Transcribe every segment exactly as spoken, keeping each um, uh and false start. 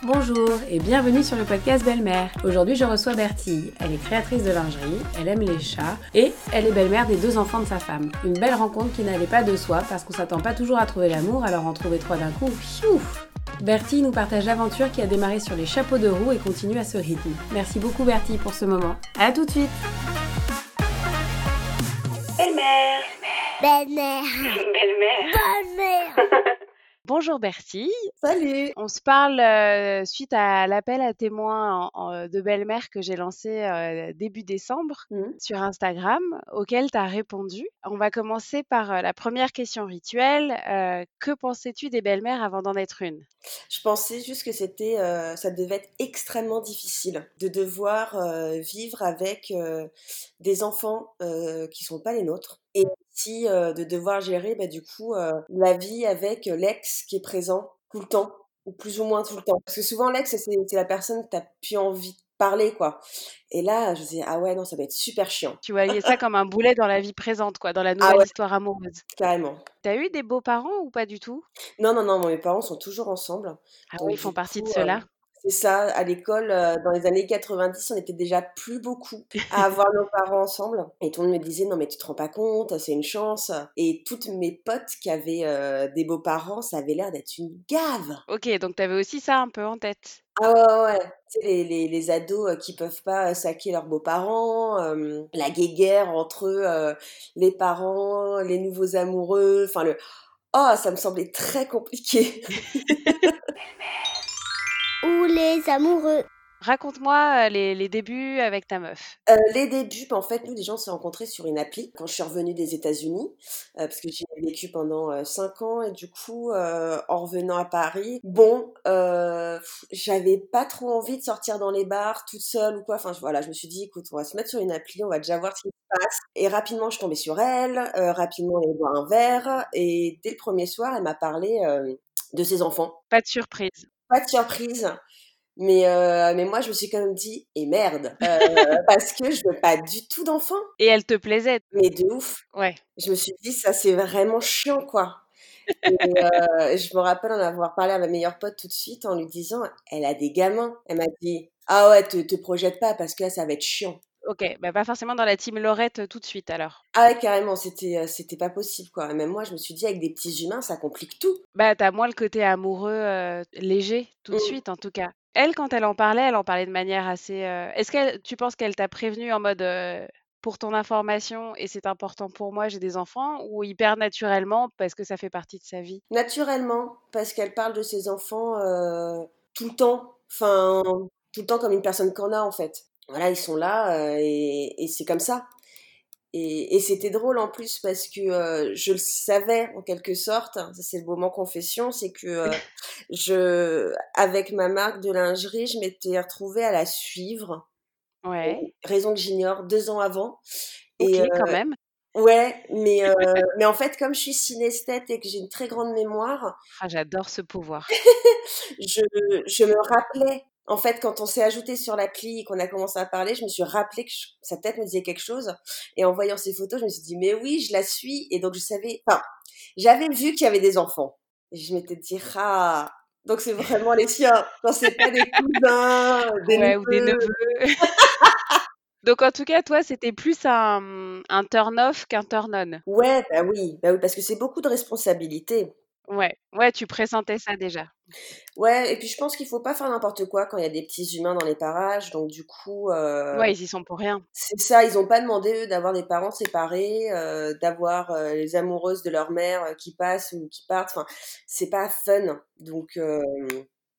Bonjour et bienvenue sur le podcast Belle-Mère. Aujourd'hui je reçois Bertille. Elle est créatrice de lingerie, elle aime les chats et elle est belle-mère des deux enfants de sa femme. Une belle rencontre qui n'allait pas de soi parce qu'on s'attend pas toujours à trouver l'amour, alors en trouver trois d'un coup, piouf. Bertille nous partage l'aventure qui a démarré sur les chapeaux de roue et continue à ce rythme. Merci beaucoup Bertille pour ce moment. À tout de suite. Belle-mère. Belle-mère. Belle-mère. Belle-mère. Bonjour Bertille. Salut. On se parle euh, suite à l'appel à témoins en- en- de belle-mère que j'ai lancé euh, début décembre Mmh. sur Instagram, auquel tu as répondu. On va commencer par euh, la première question rituelle. Euh, que pensais-tu des belles-mères avant d'en être une? Je pensais juste que c'était, euh, ça devait être extrêmement difficile de devoir euh, vivre avec euh, des enfants euh, qui sont pas les nôtres et aussi euh, de devoir gérer bah, du coup euh, la vie avec l'ex qui est présent tout le temps ou plus ou moins tout le temps. Parce que souvent l'ex c'est, c'est la personne que t'as plus envie de parler quoi. Et là je me disais ah ouais non ça va être super chiant. Tu voyais ça comme un boulet dans la vie présente, quoi, dans la Ah nouvelle ouais histoire amoureuse. carrément. T'as eu des beaux-parents ou pas du tout? Non non non, mes parents sont toujours ensemble. Ah oui, Donc ils font du partie de coup, euh, ceux-là. c'est ça, à l'école, heu, dans les années quatre-vingt-dix, on était déjà plus beaucoup à avoir nos parents ensemble et tout le monde me disait: «Non mais tu te rends pas compte, c'est une chance» et toutes mes potes qui avaient, heu, des beaux-parents, ça avait l'air d'être une gave. Ok, donc t'avais aussi ça un peu en tête. Ah ouais, ouais, ouais. Tu sais les les les ados, heu, qui peuvent pas, heu, saquer leurs beaux-parents, hem, la guéguerre entre, heu, les parents, les nouveaux amoureux, enfin le oh ça me semblait très compliqué. Ou les amoureux. Raconte-moi euh, les, les débuts avec ta meuf. Heu, les débuts, bah, en fait, nous déjà, on s'est rencontrés sur une appli quand je suis revenue des États-Unis, heu, parce que j'y ai vécu pendant, heu, cinq ans et du coup, heu, en revenant à Paris, bon, heu, j'avais pas trop envie de sortir dans les bars toute seule ou quoi. Enfin, voilà, je me suis dit: «Écoute, on va se mettre sur une appli, on va déjà voir ce qui se passe» et rapidement, je suis tombée sur elle, heu, rapidement, on allait boire un verre et dès le premier soir, elle m'a parlé, hem, de ses enfants. Pas de surprise. Pas de surprise. Mais, heu, mais moi, je me suis quand même dit: «Et merde!» heu, parce que je veux pas du tout d'enfant, Et elle te plaisait? mais de ouf. Ouais. Je me suis dit: «Ça, c'est vraiment chiant, quoi» et heu, je me rappelle en avoir parlé à ma meilleure pote tout de suite en lui disant: «Elle a des gamins». Elle m'a dit: «Ah ouais, te te projette pas parce que là, ça va être chiant». OK, bah, pas forcément dans la team Laurette, heu, tout de suite alors. Ah ouais, carrément, c'était, heu, c'était pas possible, quoi. Même moi, je me suis dit: «Avec des petits humains, ça complique tout». Bah, tu as moins le côté amoureux, heu, léger, tout de Mmh. suite en tout cas. Elle, quand elle en parlait, elle en parlait de manière assez, heu est-ce qu'elle tu penses qu'elle t'a prévenue en mode, heu: «Pour ton information et c'est important pour moi, j'ai des enfants» ou hyper naturellement parce que ça fait partie de sa vie? Naturellement, parce qu'elle parle de ses enfants, heu, tout le temps, enfin, tout le temps comme une personne qu'en a, en fait. Voilà, ils sont là, heu et et c'est comme ça et et c'était drôle en plus parce que, heu, je le savais en quelque sorte, ça c'est le moment confession, c'est que, heu, je avec ma marque de lingerie, je m'étais retrouvée à la suivre, Ouais, raison que j'ignore, deux ans avant et OK, heu quand même. ouais, mais heu, mais en fait, comme je suis synesthète et que j'ai une très grande mémoire, Ah, j'adore ce pouvoir. Je je me rappelais, en fait, quand on s'est ajoutés sur l'appli et qu'on a commencé à parler, je me suis rappelé que ch sa tête me disait quelque chose et en voyant ses photos, je me suis dit: «Mais oui, je la suis» et donc je savais enfin, j'avais vu qu'il y avait des enfants et je m'étais dit: «Ah, donc c'est vraiment les siens, non, c'est pas des cousins, des Ouais, ou des neveux». neveux. Donc en tout cas, toi, c'était plus un, mmh, un turn off qu'un turn on? Ouais, bah oui, bah oui, parce que c'est beaucoup de responsabilités. Ouais, ouais, tu pressentais ça déjà? Ouais et puis je pense qu'il faut pas faire n'importe quoi quand il y a des petits humains dans les parages donc du coup, heu Ouais, ils y sont pour rien. c'est ça, ils ont pas demandé eux d'avoir des parents séparés, heu, d'avoir, heu, les amoureuses de leur mère, heu, qui passent ou qui partent, enfin, c'est pas fun. Donc hem,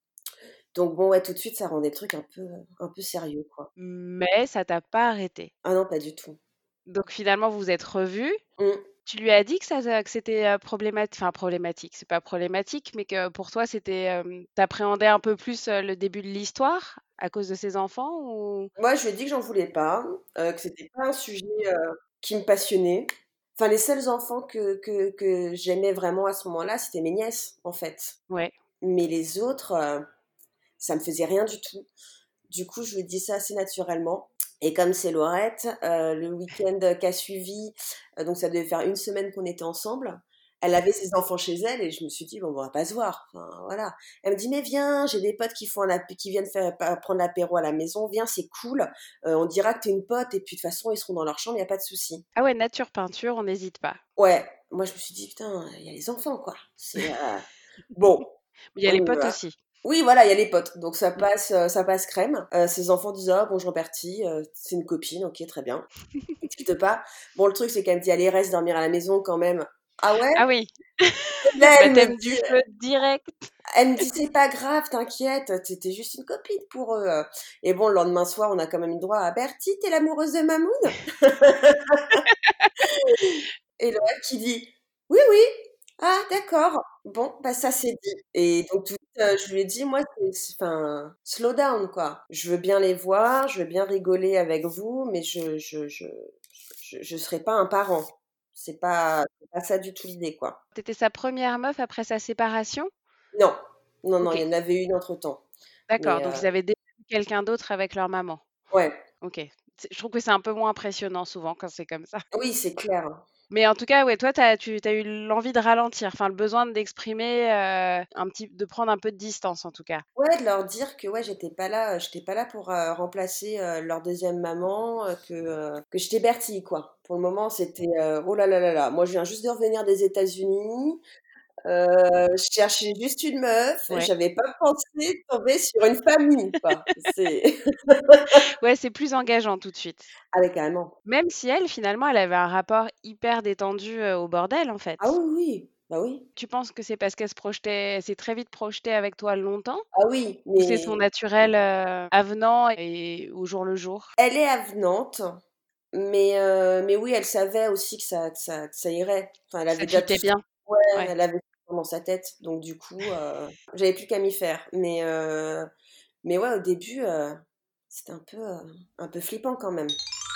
donc bon, ouais, tout de suite, ça rend des trucs un peu, un peu sérieux, quoi. Mais ça t'a pas arrêté. Ah non, pas du tout. Donc finalement, vous vous êtes revus. Mmh. Tu lui as dit que ça que c'était, heu, problémat enfin problématique, c'est pas problématique, mais que pour toi c'était, hem, tu appréhendais un peu plus, heu, le début de l'histoire à cause de ses enfants ou? Moi, je lui ai dit que j'en voulais pas, heu, que c'était pas un sujet, heu, qui me passionnait. Enfin, les seuls enfants que que que j'aimais vraiment à ce moment-là, c'était mes nièces, en fait. Ouais, Mais les autres, heu, ça me faisait rien du tout. Du coup, je lui ai dit ça assez naturellement et comme c'est Laurette, heu, le week-end qui a suivi, heu, donc ça devait faire une semaine qu'on était ensemble, Elle avait ses enfants chez elle et je me suis dit: «Bon, on va pas se voir». Enfin, voilà. Elle me dit: «Mais viens, j'ai des potes qui font un ap qui viennent faire pa prendre l'apéro à la maison. Viens, c'est cool. Heu, on dira que tu es une pote et puis de toute façon, ils seront dans leur chambre, il y a pas de souci». Ah ouais, nature peinture, on n'hésite pas. Ouais, moi je me suis dit: «Putain, il y a les enfants, quoi». C'est, heu, bon, Mais il y a on les y potes va. aussi. Oui, voilà, il y a les potes, donc ça Mmh. passe, heu, ça passe crème. Heu, ses enfants disent: «Ah bonjour Bertie, heu, c'est une copine, OK, très bien, inquiète pas». Bon, le truc, c'est qu'elle me dit: «Allez, reste dormir à la maison quand même». Ah ouais? Ah oui, Là, elle me baptême du dit feu direct. elle me dit: «C'est pas grave, t'inquiète, tu tu juste une copine pour eux, heu». Et bon, le lendemain soir, on a quand même eu droit à: «Bertie, tu es l'amoureuse de Mamoun?» Et le mec qui dit: «Oui, oui. Ah d'accord. Bon, bah ça c'est dit». Et donc tout de suite, heu, je lui ai dit: «Moi, c'est c'est enfin, slow down, quoi. Je veux bien les voir, je veux bien rigoler avec vous, mais je je je je je serai pas un parent. C'est pas c'est pas ça du tout l'idée, quoi». Tu étais sa première meuf après sa séparation? Non, non, non, il OK, y en avait une entre-temps, d'accord, mais donc heu, ils avaient déjà eu quelqu'un d'autre avec leur maman. ouais. OK. C'est Je trouve que c'est un peu moins impressionnant souvent quand c'est comme ça. Oui, c'est clair. Mais en tout cas, ouais, toi, tu as tu tu as eu l'envie de ralentir, enfin le besoin d'exprimer, heu, un petit de prendre un peu de distance en tout cas. Ouais, de leur dire que ouais, j'étais pas là, heu, j'étais pas là pour, heu, remplacer, heu, leur deuxième maman, heu, que, heu, que j'étais Bertie, quoi. Pour le moment, c'était, heu: «Oh là là là là, moi je viens juste de revenir des États-Unis, heu, je cherchais juste une meuf, Ouais. j'avais pas pensé tomber sur une famille, quoi». C'est Ouais, c'est plus engageant tout de suite. ah ouais, carrément. Même si elle, finalement, elle avait un rapport hyper détendu, heu, au bordel, en Ah fait. oui, oui, bah oui. Tu penses que c'est parce qu'elle se projetait elle s'est très vite projetée avec toi longtemps? Ah oui, Ou c'est son mais naturel, heu, avenant et au jour le jour? elle est avenante, mais heu, mais oui, elle savait aussi que ça que ça que ça irait. Enfin, elle Ça avait te déjà tout fitait ce bien? ouais, Ouais. elle avait tout dans sa tête, donc du coup, heu, j'avais plus qu'à m'y faire. Mais heu, mais ouais, au début, heu, c'était un peu, heu, un peu flippant quand même.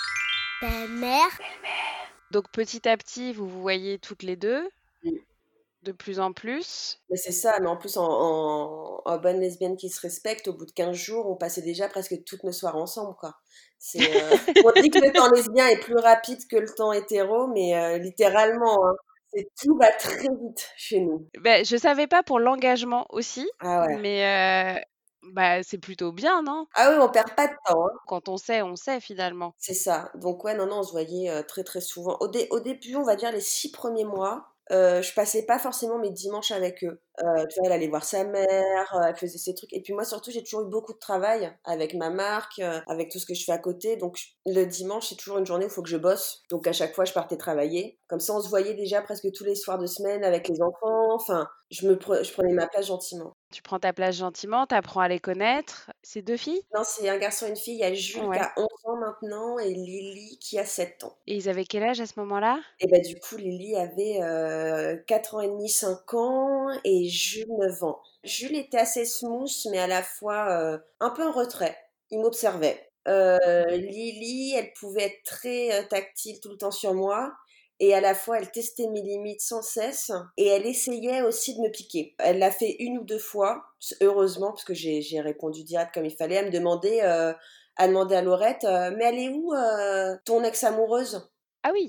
Belle-mère, Donc petit à petit, vous vous voyez toutes les deux, Mmh. de plus en plus? Mais c'est ça, mais en plus en en en bonne lesbienne qui se respecte, au bout de quinze jours, on passait déjà presque toutes nos soirées ensemble, quoi. C'est, heu, on dit que le temps lesbien est plus rapide que le temps hétéro, mais heu, littéralement, hein. C'est tout va très vite chez nous. Beh, je savais pas pour l'engagement aussi, Ah ouais. mais heu, bah, c'est plutôt bien, non? Ah oui, on perd pas de temps, hein. Quand on sait, on sait finalement. C'est ça. Donc ouais, non, non, on se voyait, heu, très, très souvent. Au dé au début, on va dire les six premiers mois, heu, je passais pas forcément mes dimanches avec eux. Heu, tu vois, elle allait voir sa mère, heu, elle faisait ses trucs et puis moi, surtout, j'ai toujours eu beaucoup de travail avec ma marque, heu, avec tout ce que je fais à côté. Donc j le dimanche, c'est toujours une journée où il faut que je bosse. Donc à chaque fois, je partais travailler. Comme ça, on se voyait déjà presque tous les soirs de semaine avec les enfants. Enfin, je me pre je prenais ma place gentiment. Tu prends ta place gentiment, tu apprends à les connaître. C'est deux filles? Non, c'est un garçon et une fille. Il y a Jules qui Ouais. a onze ans maintenant et Lily qui a sept ans. Et ils avaient quel âge à ce moment-là? Et bah, du coup, Lily avait, heu, quatre ans et demi, cinq ans et Jules neuf ans. Jules était assez smooth, mais à la fois, heu, un peu en retrait. Il m'observait. Heu, Lily, elle pouvait être très, heu, tactile tout le temps sur moi et à la fois, elle testait mes limites sans cesse et elle essayait aussi de me piquer. Elle l'a fait une ou deux fois, s heureusement, parce que j'ai j'ai répondu direct comme il fallait. Elle me demandait, heu, elle demandait à Laurette, heu: «Mais elle est où, heu, ton ex-amoureuse?» Ah oui,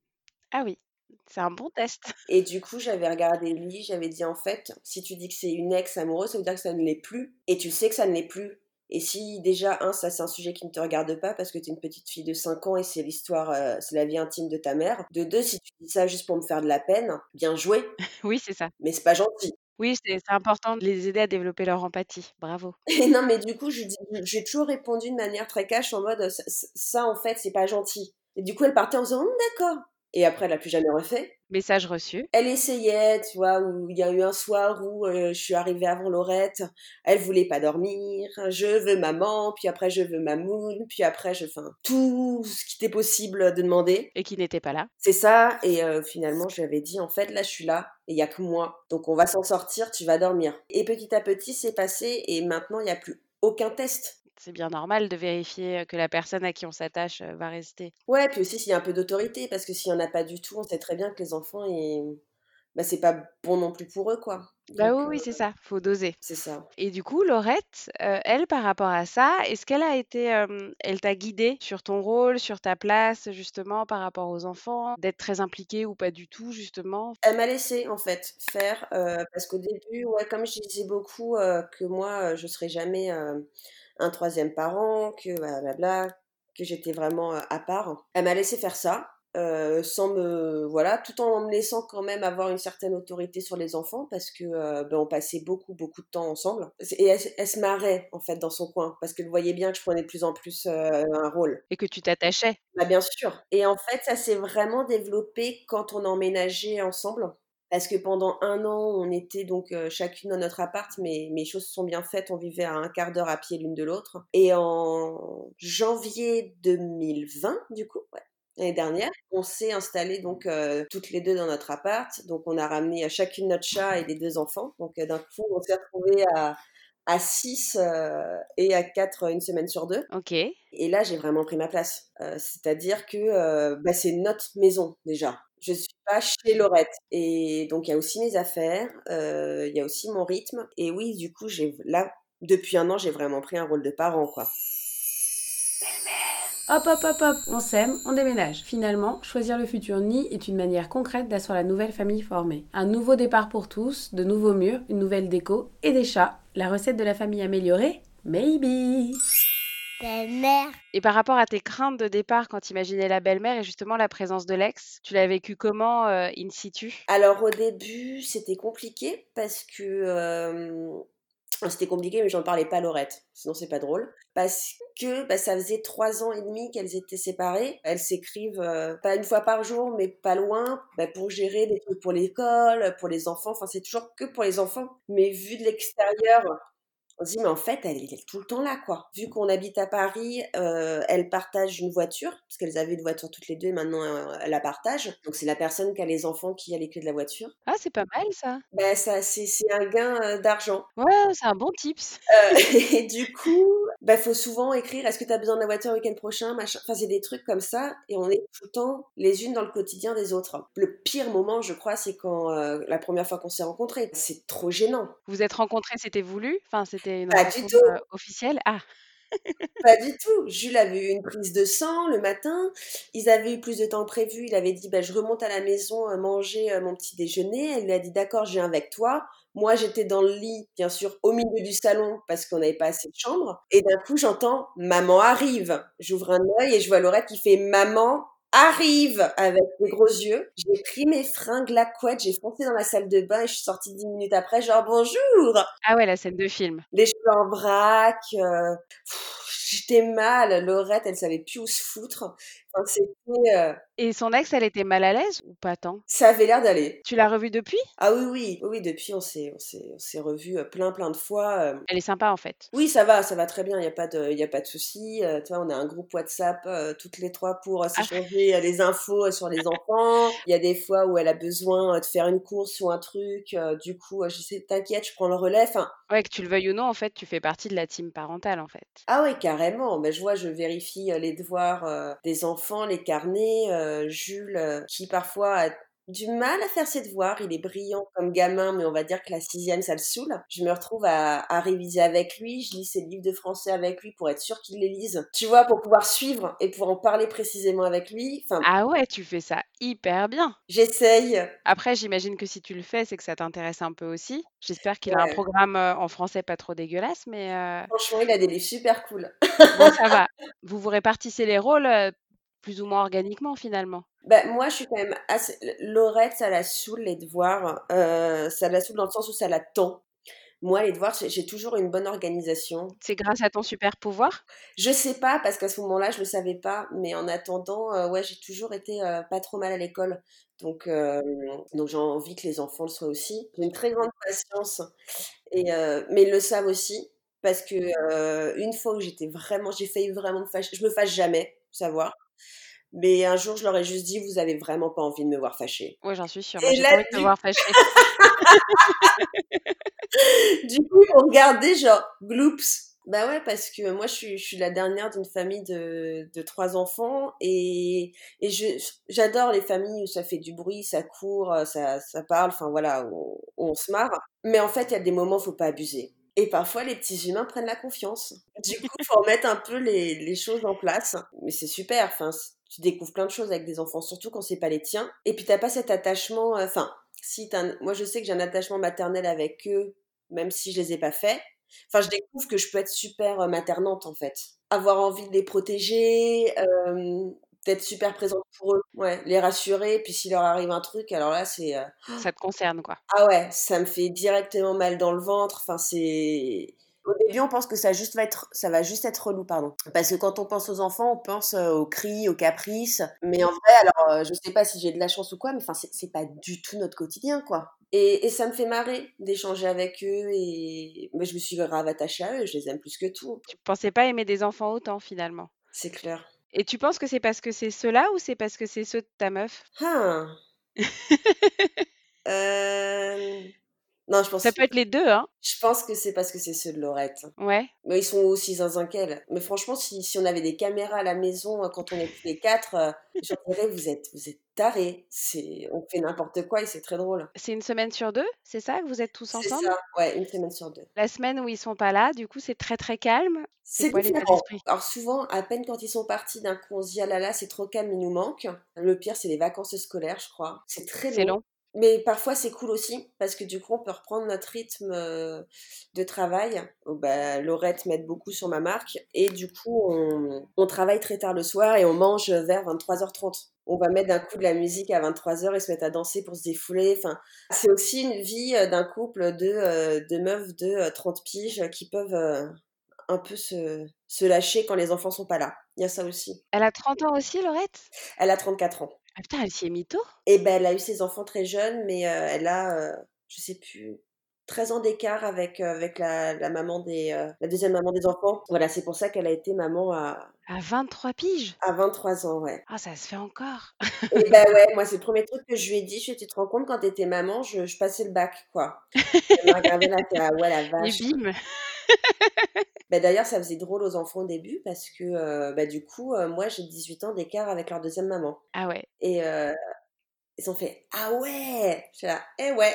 ah oui, c'est un bon test. Et du coup, j'avais regardé Lily, j'avais dit: «En fait, si tu dis que c'est une ex amoureuse, ça veut dire que ça ne l'est plus et tu sais que ça ne l'est plus et si déjà, un, ça c'est un sujet qui ne te regarde pas parce que tu es une petite fille de cinq ans et c'est l'histoire, heu, c'est la vie intime de ta mère. De deux, si tu dis ça juste pour me faire de la peine, bien joué, Oui, c'est ça. mais c'est pas gentil». Oui, c'est c'est important de les aider à développer leur empathie. Bravo. Et non, mais du coup, je lui dis j'ai toujours répondu de manière très cash en mode: «Ça ça ça, en fait, c'est pas gentil» et du coup, elle partait en disant: «Mmh, d'accord» et après elle a plus jamais refait. Message reçu. Elle essayait, tu vois? Où il y a eu un soir où, heu, je suis arrivée avant Laurette, elle voulait pas dormir, «Je veux maman», puis après «Je veux mamoun», puis après je enfin, tout ce qui était possible de demander. Et qui n'était pas là. C'est ça et heu, finalement je lui avais dit: «En fait là je suis là et il y a que moi, donc on va s'en sortir, tu vas dormir» et petit à petit c'est passé et maintenant il y a plus aucun test. C'est bien normal de vérifier, heu, que la personne à qui on s'attache, heu, va rester. Ouais, puis aussi s'il y a un peu d'autorité parce que s'il y en a pas du tout, on sait très bien que les enfants ils bah, c'est pas bon non plus pour eux, quoi. Bah, Donc oui, oui, heu, c'est ça, faut doser. c'est ça. Et du coup, Laurette, heu, elle, par rapport à ça, est-ce qu'elle a été, hem, elle t'a guidée sur ton rôle, sur ta place, justement, par rapport aux enfants? D'être très impliquée ou pas du tout, justement? Elle m'a laissé en fait faire, heu, parce qu'au début, ouais, comme je disais beaucoup, heu, que moi, heu, je serais jamais, heu, un troisième parent, que blablabla, que j'étais vraiment, heu, à part. Elle m'a laissé faire ça, heu, sans me voilà, tout en me laissant quand même avoir une certaine autorité sur les enfants parce que, heu, ben, on passait beaucoup, beaucoup de temps ensemble. C'est et elle se elle se marrait en fait dans son coin parce qu'elle voyait bien que je prenais de plus en plus, heu, un rôle. Et que tu t'attachais? Bah, bien sûr et en fait, ça s'est vraiment développé quand on a emménagé ensemble. Parce que pendant un an, on était donc, heu, chacune dans notre appart, mais mais choses se sont bien faites, on vivait à un quart d'heure à pied l'une de l'autre et en janvier deux mille vingt, du coup, ouais, l'année dernière, on s'est installées donc, heu, toutes les deux dans notre appart. Donc on a ramené, heu, chacune notre chat et les deux enfants. Donc, heu, d'un coup, on s'est retrouvés à à six, heu et à quatre, une semaine sur deux. OK. Et là, j'ai vraiment pris ma place. Heu, c'est-à-dire que, heu, bah, c'est notre maison déjà. Je suis pas chez Laurette et donc il y a aussi mes affaires, heu, il y a aussi mon rythme et oui, du coup, j'ai là, depuis un an, j'ai vraiment pris un rôle de parent, quoi. Hop, hop, hop, hop, on s'aime, on déménage. Finalement, choisir le futur nid est une manière concrète d'asseoir la nouvelle famille formée. Un nouveau départ pour tous, de nouveaux murs, une nouvelle déco et des chats. La recette de la famille améliorée? Maybe. Belle-mère. Et par rapport à tes craintes de départ quand tu imaginais la belle-mère et justement la présence de l'ex, tu l'as vécu comment, heu, in situ? Alors au début, c'était compliqué parce que, hem, c'était compliqué, mais j'en parlais pas à Laurette, sinon c'est pas drôle. Parce que, bah, ça faisait trois ans et demi qu'elles étaient séparées. Elles s'écrivent, heu, pas une fois par jour, mais pas loin, bah, pour gérer des trucs pour l'école, pour les enfants, enfin c'est toujours que pour les enfants. Mais vu de l'extérieur, on se dit: «Mais en fait, elle est tout le temps là, quoi». Vu qu'on habite à Paris, heu, elles partagent une voiture, parce qu'elles avaient une voiture toutes les deux et maintenant, heu, elles la partagent. Donc c'est la personne qui a les enfants qui a les clés de la voiture. Ah, c'est pas mal ça. Bah, ça c'est c'est un gain, heu, d'argent. Ouais, c'est un bon tips. Heu et du coup, bah, faut souvent écrire: «Est-ce que tu as besoin de la voiture le week-end prochain?» machin. Enfin, c'est des trucs comme ça et on est tout le temps les unes dans le quotidien des autres. Le pire moment, je crois, c'est quand, heu, la première fois qu'on s'est rencontrées. C'est trop gênant. Vous êtes rencontrés, c'était voulu? Enfin, c'était une Pas du rencontre, tout, heu, officielle? Ah! pas du tout. Jules avait eu une prise de sang le matin. Ils avaient eu plus de temps que prévu. Il avait dit: «Bah, je remonte à la maison, heu, manger, heu, mon petit déjeuner». Elle lui a dit: «D'accord, je viens avec toi». Moi, j'étais dans le lit, bien sûr, au milieu du salon parce qu'on n'avait pas assez de chambres et d'un coup, j'entends: «Maman arrive». J'ouvre un œil et je vois Laurette qui fait: «Maman arrive» avec des gros yeux. J'ai pris mes fringues, la couette, j'ai foncé dans la salle de bain et je suis sortie dix minutes après genre: «Bonjour!» Ah ouais, la scène de film. Les cheveux en vrac, heu, j'étais mal. Laurette, elle savait plus où se foutre. Enfin, c'était, heu, Et son ex, elle était mal à l'aise ou pas tant? ça avait l'air d'aller. Tu l'as revue depuis? Ah oui, oui, oui, oui, depuis on s'est on s'est on s'est revus, heu, plein, plein de fois, hem. Elle est sympa en fait. Oui, ça va, ça va très bien, il y a pas de il y a pas de souci, heu, tu vois, on a un groupe WhatsApp, heu, toutes les trois pour, heu, Ah, s'échanger, heu, les infos, heu, sur les enfants. Il y a des fois où elle a besoin, heu, de faire une course ou un truc, heu, du coup, heu, je dis: «T'inquiète, je prends le relais», enfin. ouais, que tu le veuilles ou non, en fait, tu fais partie de la team parentale, en fait. Ah oui, carrément. Ben, je vois, je vérifie, heu, les devoirs, heu, des enfants, les carnets, heu, Jules, heu, qui parfois a du mal à faire ses devoirs. Il est brillant comme gamin, mais on va dire que la sixième ça le saoule. Je me retrouve à à réviser avec lui, je lis ses livres de français avec lui pour être sûre qu'il les lise. Tu vois? Pour pouvoir suivre et pouvoir en parler précisément avec lui. Enfin, Ah ouais, tu fais ça hyper bien. j'essaye. Après, j'imagine que si tu le fais, c'est que ça t'intéresse un peu aussi. J'espère qu'il a un Ouais, programme, heu, en français pas trop dégueulasse, mais heu, franchement, il a des livres super cool. bon, ça va. Vous vous répartissez les rôles, heu, plus ou moins organiquement, finalement? Bah, moi, je suis quand même assez Laurette, ça la saoule les devoirs, heu, ça la saoule dans le sens où ça la tend. Moi, les devoirs, j'ai j'ai toujours une bonne organisation. C'est grâce à ton super pouvoir? Je sais pas parce qu'à ce moment-là, je le savais pas, mais en attendant, heu, ouais, j'ai toujours été, heu, pas trop mal à l'école. Donc hem, donc j'ai envie que les enfants le soient aussi. J'ai une très grande patience et heu, mais ils le savent aussi parce que, heu, une fois où j'étais vraiment j'ai failli vraiment me fâcher je me fâche jamais, faut savoir, mais un jour, je leur ai juste dit: «Vous avez vraiment pas envie de me voir fâchée». Ouais, j'en suis sûre. Moi, Et j'ai là, pas envie de te du voir fâchée. du coup, ils m'ont regardée genre: «Gloops». Bah ouais, parce que moi, je suis, je suis la dernière d'une famille de, de trois enfants et, et je, j'adore les familles où ça fait du bruit, ça court, euh, ça, ça parle, enfin voilà, où, où on se marre. Mais en fait, il y a des moments, faut pas abuser. Et parfois, les petits humains prennent la confiance. Du coup, faut remettre un peu les, les choses en place. Mais c'est super, enfin, c- tu découvres plein de choses avec des enfants, surtout quand c'est pas les tiens. Et puis, t'as pas cet attachement, euh, enfin, si t'as un- moi, je sais que j'ai un attachement maternel avec eux, même si je les ai pas faits. Enfin, je découvre que je peux être super euh, maternante, en fait. Avoir envie de les protéger, euh, d'être super présente pour eux. Ouais, les rassurer. Puis s'il leur arrive un truc, alors là, c'est... euh, Ça te concerne, quoi. Ah ouais, ça me fait directement mal dans le ventre. Enfin, c'est... Au début, on pense que ça, juste va être, ça va juste être relou, pardon. Parce que quand on pense aux enfants, on pense euh, aux cris, aux caprices. Mais en vrai, alors, euh, je sais pas si j'ai de la chance ou quoi, mais enfin, c'est, c'est pas du tout notre quotidien, quoi. Et, et ça me fait marrer d'échanger avec eux. Et mais je me suis grave attachée à eux. Je les aime plus que tout. Tu pensais pas aimer des enfants autant, finalement. C'est clair. Et tu penses que c'est parce que c'est ceux-là ou c'est parce que c'est ceux de ta meuf? Ah, euh... Non, je Ça pense, peut être les deux, hein? je pense que c'est parce que c'est ceux de Laurette. Ouais. Mais ils sont aussi zinzin qu'elle. Mais franchement, si, si on avait des caméras à la maison euh, quand on est tous les quatre, euh, je leur dirais, vous êtes, vous êtes tarés. C'est, on fait n'importe quoi et c'est très drôle. C'est une semaine sur deux, c'est ça que vous êtes tous C'est ensemble? ça, ouais, une semaine sur deux. La semaine où ils sont pas là, du coup, c'est très, très calme? C'est C'est quoi l'état différent. d'esprit? Alors souvent, à peine quand ils sont partis, d'un coup, on se dit, ah là là, c'est trop calme, il nous manque. Le pire, c'est les vacances scolaires, je crois. C'est très C'est long. long? Mais parfois, c'est cool aussi, parce que du coup, on peut reprendre notre rythme euh, de travail. Oh, bah, Laurette m'aide beaucoup sur ma marque. Et du coup, on, on travaille très tard le soir et on mange vers vingt-trois heures trente. On va mettre d'un coup de la musique à vingt-trois heures et se mettre à danser pour se défouler. Enfin, c'est aussi une vie euh, d'un couple de, euh, de meufs de euh, trente piges qui peuvent euh, un peu se, se lâcher quand les enfants sont pas là. Il y a ça aussi. Elle a trente ans aussi, Laurette? Elle a trente-quatre ans. Ah putain, elle s'y est mis tôt? Et ben, elle a eu ses enfants très jeunes, mais euh, elle a, euh, je sais plus, treize ans d'écart avec, euh, avec la, la maman des, euh, la deuxième maman des enfants. Voilà, c'est pour ça qu'elle a été maman à, À vingt-trois piges? à vingt-trois ans, ouais. Ah, ça se fait encore. Et ben ouais, moi, c'est le premier truc que je lui ai dit. Je lui ai dit, tu te rends compte, quand t'étais maman, je, je passais le bac, quoi. Elle m'a regardé là, elle a fait, ah ouais, la Et vache. bim! Ben, d'ailleurs, ça faisait drôle aux enfants au début parce que, euh, bah, du coup, euh, moi, j'ai dix-huit ans d'écart avec leur deuxième maman. Ah ouais. Et euh, ils ont fait, ah ouais! Je suis là, eh ouais!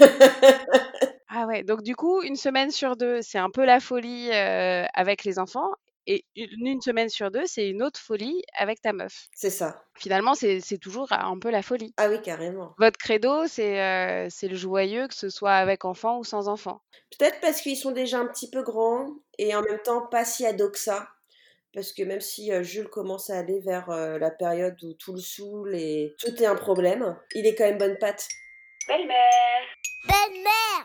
Ah ouais, donc du coup, une semaine sur deux, c'est un peu la folie, heu, avec les enfants et une une semaine sur deux, c'est une autre folie avec ta meuf. C'est ça. Finalement, c'est c'est toujours un peu la folie. Ah oui, carrément. Votre credo, c'est, heu, c'est le joyeux, que ce soit avec enfant ou sans enfant? Peut-être parce qu'ils sont déjà un petit peu grands et en même temps pas si ados que ça. Parce que même si euh, Jules commence à aller vers euh, la période où tout le saoule et tout est un problème, il est quand même bonne patte. Belle-mère! Belle-mère,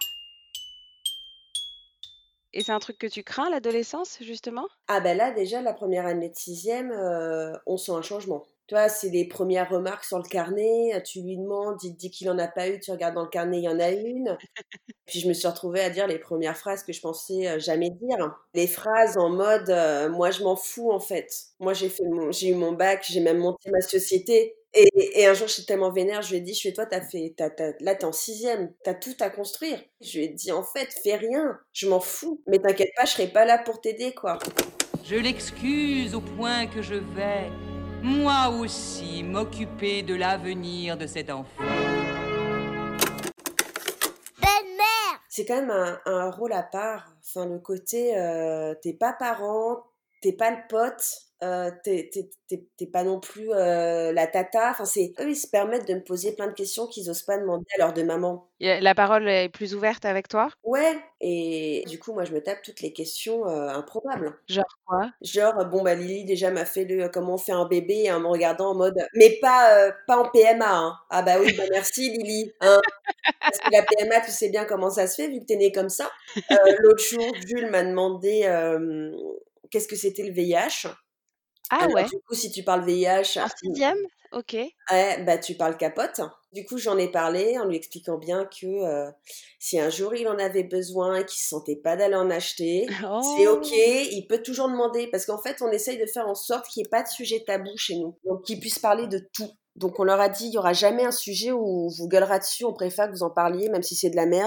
Et c'est un truc que tu crains, l'adolescence, justement? Ah ben là déjà, la première année de sixième, euh, on sent un changement. Tu vois, c'est les premières remarques sur le carnet, tu lui demandes, il te dit qu'il en a pas eu, tu regardes dans le carnet, il y en a une. Puis je me suis retrouvée à dire les premières phrases que je pensais euh, jamais dire. Les phrases en mode euh, moi je m'en fous en fait. Moi j'ai fait mon, j'ai eu mon bac, j'ai même monté ma société. Et, et un jour, je suis tellement vénère, je lui ai dit, je fais, toi, t'as fait, t'as, t'as, là, t'es en sixième, t'as tout à construire. Je lui ai dit, en fait, fais rien, je m'en fous. Mais t'inquiète pas, je serai pas là pour t'aider, quoi. Je l'excuse au point que je vais, moi aussi, m'occuper de l'avenir de cet enfant. belle-mère, C'est quand même un, un rôle à part. Enfin, le côté, euh, t'es pas parent, t'es pas le pote, euh, t'es, t'es, t'es, t'es pas non plus euh, la tata. Enfin, c'est, eux, ils se permettent de me poser plein de questions qu'ils osent pas demander à leur de maman. Y a la parole est plus ouverte avec toi? Ouais, et du coup, moi, je me tape toutes les questions euh, improbables. Genre quoi? Genre, bon, bah, Lily, déjà, m'a fait le comment on fait un bébé en me regardant en mode, mais pas, euh, pas en P M A, hein. Ah, bah oui, bah merci, Lily, hein. Parce que la P M A, tu sais bien comment ça se fait, vu que t'es née comme ça. Euh, l'autre jour, Jules m'a demandé euh, qu'est-ce que c'était le V I H. Ah Alors, ouais? du coup, si tu parles V I H, En sixième? OK. ouais, bah, tu parles capote. Du coup, j'en ai parlé en lui expliquant bien que euh, si un jour il en avait besoin et qu'il se sentait pas d'aller en acheter, c'est ok, Oh! il peut toujours demander. Parce qu'en fait, on essaye de faire en sorte qu'il n'y ait pas de sujet tabou chez nous. Donc, qu'ils puissent parler de tout. Donc, on leur a dit, il y aura jamais un sujet où on vous gueulera dessus, on préfère que vous en parliez, même si c'est de la merde.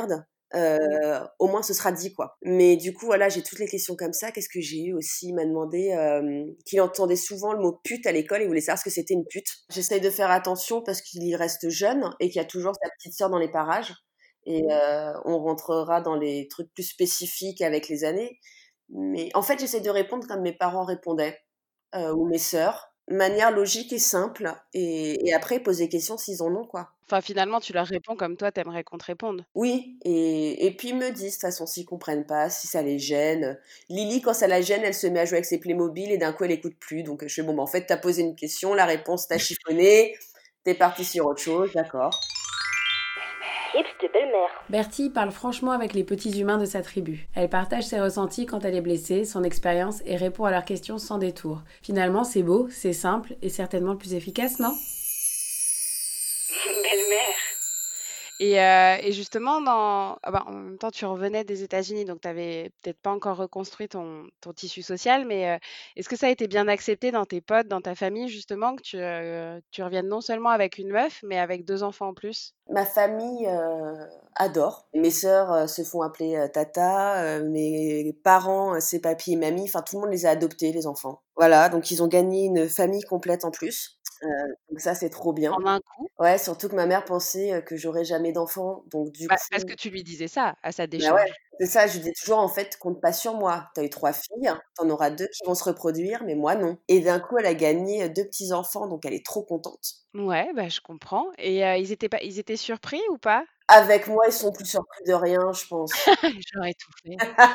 euh, au moins ce sera dit, quoi. Mais du coup, voilà, j'ai toutes les questions comme ça. Qu'est-ce que j'ai eu aussi? Il m'a demandé euh, qu'il entendait souvent le mot pute à l'école et il voulait savoir ce que c'était une pute. J'essaye de faire attention parce qu'il y reste jeune et qu'il y a toujours sa petite sœur dans les parages. Et euh, on rentrera dans les trucs plus spécifiques avec les années. Mais en fait, j'essaie de répondre comme mes parents répondaient, euh, ou mes sœurs, de manière logique et simple. Et, et après, poser des questions s'ils en ont, quoi. Enfin, finalement, tu leur réponds comme toi, t'aimerais qu'on te réponde. Oui, et, et puis ils me disent, de toute façon, s'ils comprennent pas, si ça les gêne. Lily, quand ça la gêne, elle se met à jouer avec ses Playmobil et d'un coup, elle écoute plus. Donc, je fais, bon, bah, en fait, t'as posé une question, la réponse t'a chiffonné, t'es parti sur autre chose, d'accord. Tips de belle-mère. Bertie parle franchement avec les petits humains de sa tribu. Elle partage ses ressentis quand elle est blessée, son expérience et répond à leurs questions sans détour. Finalement, c'est beau, c'est simple et certainement le plus efficace, non? Belle-mère. Et, euh, et justement, dans... ah bah, en même temps, tu revenais des États-Unis, donc tu n'avais peut-être pas encore reconstruit ton, ton tissu social, mais euh, est-ce que ça a été bien accepté dans tes potes, dans ta famille, justement, que tu, euh, tu reviennes non seulement avec une meuf, mais avec deux enfants en plus? Ma famille euh, adore. Mes sœurs euh, se font appeler euh, tata, euh, mes parents, euh, c'est papy et mamie. Enfin, tout le monde les a adoptés, les enfants. Voilà, donc ils ont gagné une famille complète en plus. Euh, donc ça, c'est trop bien. En un coup? Ouais, surtout que ma mère pensait euh, que j'aurais jamais d'enfants. Donc du Bah, coup, parce que tu lui disais ça à sa bah ouais, décharge. c'est ça. Je lui dis toujours, en fait, compte pas sur moi. T'as eu trois filles, t'en auras deux qui vont se reproduire, mais moi non. Et d'un coup, elle a gagné euh, deux petits enfants, donc elle est trop contente. Ouais, bah, je comprends. Et euh, ils étaient pas, ils étaient surpris ou pas? Avec moi, ils sont plus surpris de rien, je pense. J'aurais tout fait.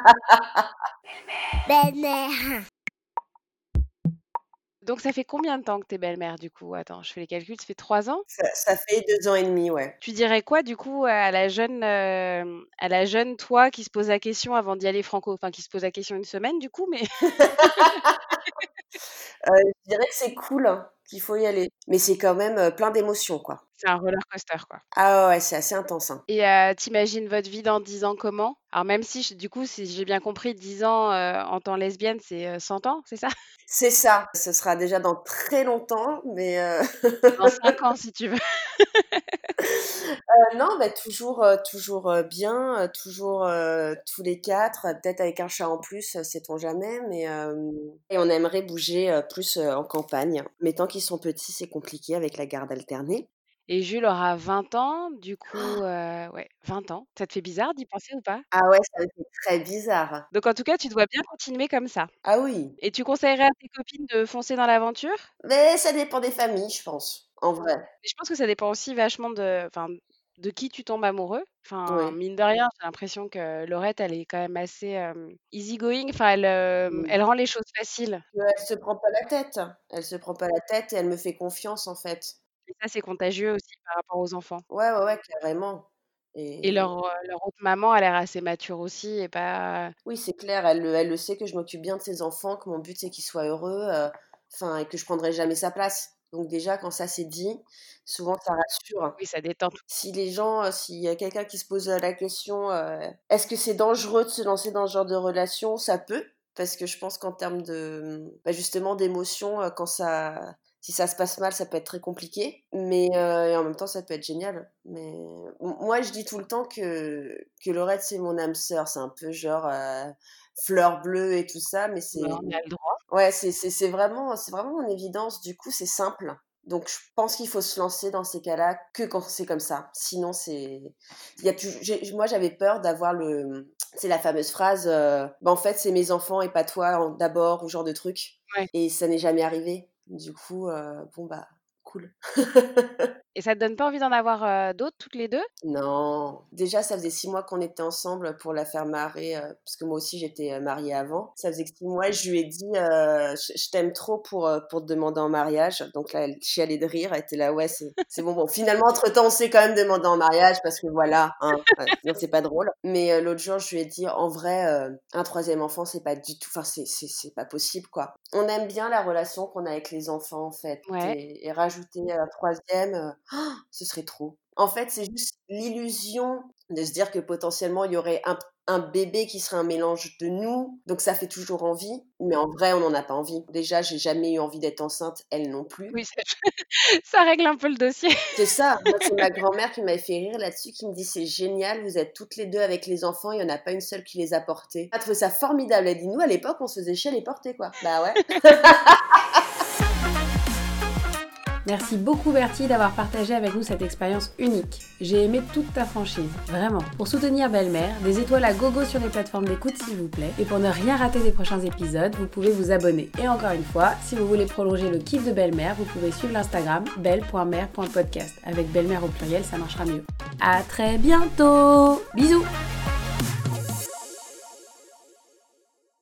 Belle-mère. Donc ça fait combien de temps que t'es belle-mère du coup? Attends, je fais les calculs, ça fait trois ans? Ça, ça fait deux ans et demi, ouais. Tu dirais quoi du coup à la jeune, euh, à la jeune toi qui se pose la question avant d'y aller franco, enfin qui se pose la question une semaine du coup, mais Euh, je dirais que c'est cool, hein, qu'il faut y aller. Mais c'est quand même euh, plein d'émotions, quoi. c'est un roller coaster quoi. Ah ouais, c'est assez intense, hein. Et euh, t'imagines votre vie dans dix ans comment? Alors même si je- du coup, si j'ai bien compris, dix ans euh, en tant lesbienne, c'est euh, cent ans, c'est ça? C'est ça. Ce sera déjà dans très longtemps, mais euh, Dans cinq ans si tu veux. euh, non, bah, toujours, euh, toujours euh, bien, euh, toujours euh, tous les quatre, euh, peut-être avec un chat en plus, euh, sait-on jamais, mais euh, et on aimerait bouger euh, plus euh, en campagne. Mais tant qu'ils sont petits, c'est compliqué avec la garde alternée. Et Jules aura vingt ans, du coup, euh, ouais, vingt ans. Ça te fait bizarre d'y penser ou pas? Ah ouais, ça me fait très bizarre. Donc en tout cas, tu dois bien continuer comme ça. Ah oui, Et tu conseillerais à tes copines de foncer dans l'aventure? mais ça dépend des familles, je pense, en vrai. Mais je pense que ça dépend aussi vachement de, enfin, de qui tu tombes amoureux. Enfin, Oui. mine de rien, j'ai l'impression que Laurette, elle est quand même assez euh, easy going. Enfin, elle, euh, Mm. elle rend les choses faciles. Elle se prend pas la tête. Elle se prend pas la tête et elle me fait confiance, en fait. Et ça, c'est contagieux aussi par rapport aux enfants. Ouais, ouais, ouais, carrément. Et Et leur, euh, leur autre maman a l'air assez mature aussi et pas. oui, c'est clair, elle, le- elle le sait que je m'occupe bien de ses enfants, que mon but c'est qu'ils soient heureux, euh, enfin, et que je prendrai jamais sa place. Donc déjà, quand ça c'est dit, souvent ça rassure. Oui, ça détend. Si les gens, euh, s'il y a quelqu'un qui se pose euh, la question, euh, est-ce que c'est dangereux de se lancer dans ce genre de relation? Ça peut, parce que je pense qu'en termes de, bah, justement, d'émotions, euh, quand ça, si ça se passe mal, ça peut être très compliqué. Mais euh, et en même temps, ça peut être génial. Mais m- moi, je dis tout le temps que que Laurette c'est mon âme sœur. C'est un peu genre euh, fleur bleue et tout ça, mais c'est Bah, on a le droit. ouais, c'est c'est c'est vraiment c'est vraiment en évidence. Du coup, c'est simple. Donc, je pense qu'il faut se lancer dans ces cas-là que quand c'est comme ça. Sinon, c'est il y a toujours j'ai- moi j'avais peur d'avoir le c'est la fameuse phrase euh, bah, en fait, c'est mes enfants et pas toi en- d'abord ou genre de truc. Ouais. Et ça n'est jamais arrivé. Du coup, euh, bon bah cool. Et ça te donne pas envie d'en avoir euh, d'autres toutes les deux? Non, déjà ça faisait six mois qu'on était ensemble pour la faire marrer, euh, parce que moi aussi j'étais euh, mariée avant. Ça faisait six mois, je lui ai dit euh, je, je t'aime trop pour euh, pour te demander en mariage. Donc là, elle chialait de rire, elle était là ouais c'est c'est bon bon. Finalement entre temps on s'est quand même demandé en mariage parce que voilà, hein, ouais, sinon c'est pas drôle. Mais euh, l'autre jour je lui ai dit en vrai euh, un troisième enfant c'est pas du tout, enfin c'est c'est c'est pas possible quoi. On aime bien la relation qu'on a avec les enfants en fait Ouais. et, et rajouter un troisième, euh, oh, ce serait trop. En fait, c'est juste l'illusion de se dire que potentiellement il y aurait un un bébé qui serait un mélange de nous. Donc ça fait toujours envie, mais en vrai, on n'en a pas envie. Déjà, j'ai jamais eu envie d'être enceinte, elle non plus. Oui, ça ça règle un peu le dossier. C'est ça, moi c'est ma grand-mère qui m'avait fait rire là-dessus, qui me dit c'est génial, vous êtes toutes les deux avec les enfants, il n'y en a pas une seule qui les a portés. Elle a trouvé ça formidable, elle dit nous à l'époque on se faisait chier à les porter quoi. Bah ouais. Merci beaucoup Bertie d'avoir partagé avec nous cette expérience unique. J'ai aimé toute ta franchise, vraiment. Pour soutenir Belle-Mère, des étoiles à gogo sur les plateformes d'écoute s'il vous plaît. Et pour ne rien rater des prochains épisodes, vous pouvez vous abonner. Et encore une fois, si vous voulez prolonger le kiff de Belle-Mère, vous pouvez suivre l'Instagram belle point mère point podcast. Avec Belle-Mère au pluriel, ça marchera mieux. À très bientôt. Bisous.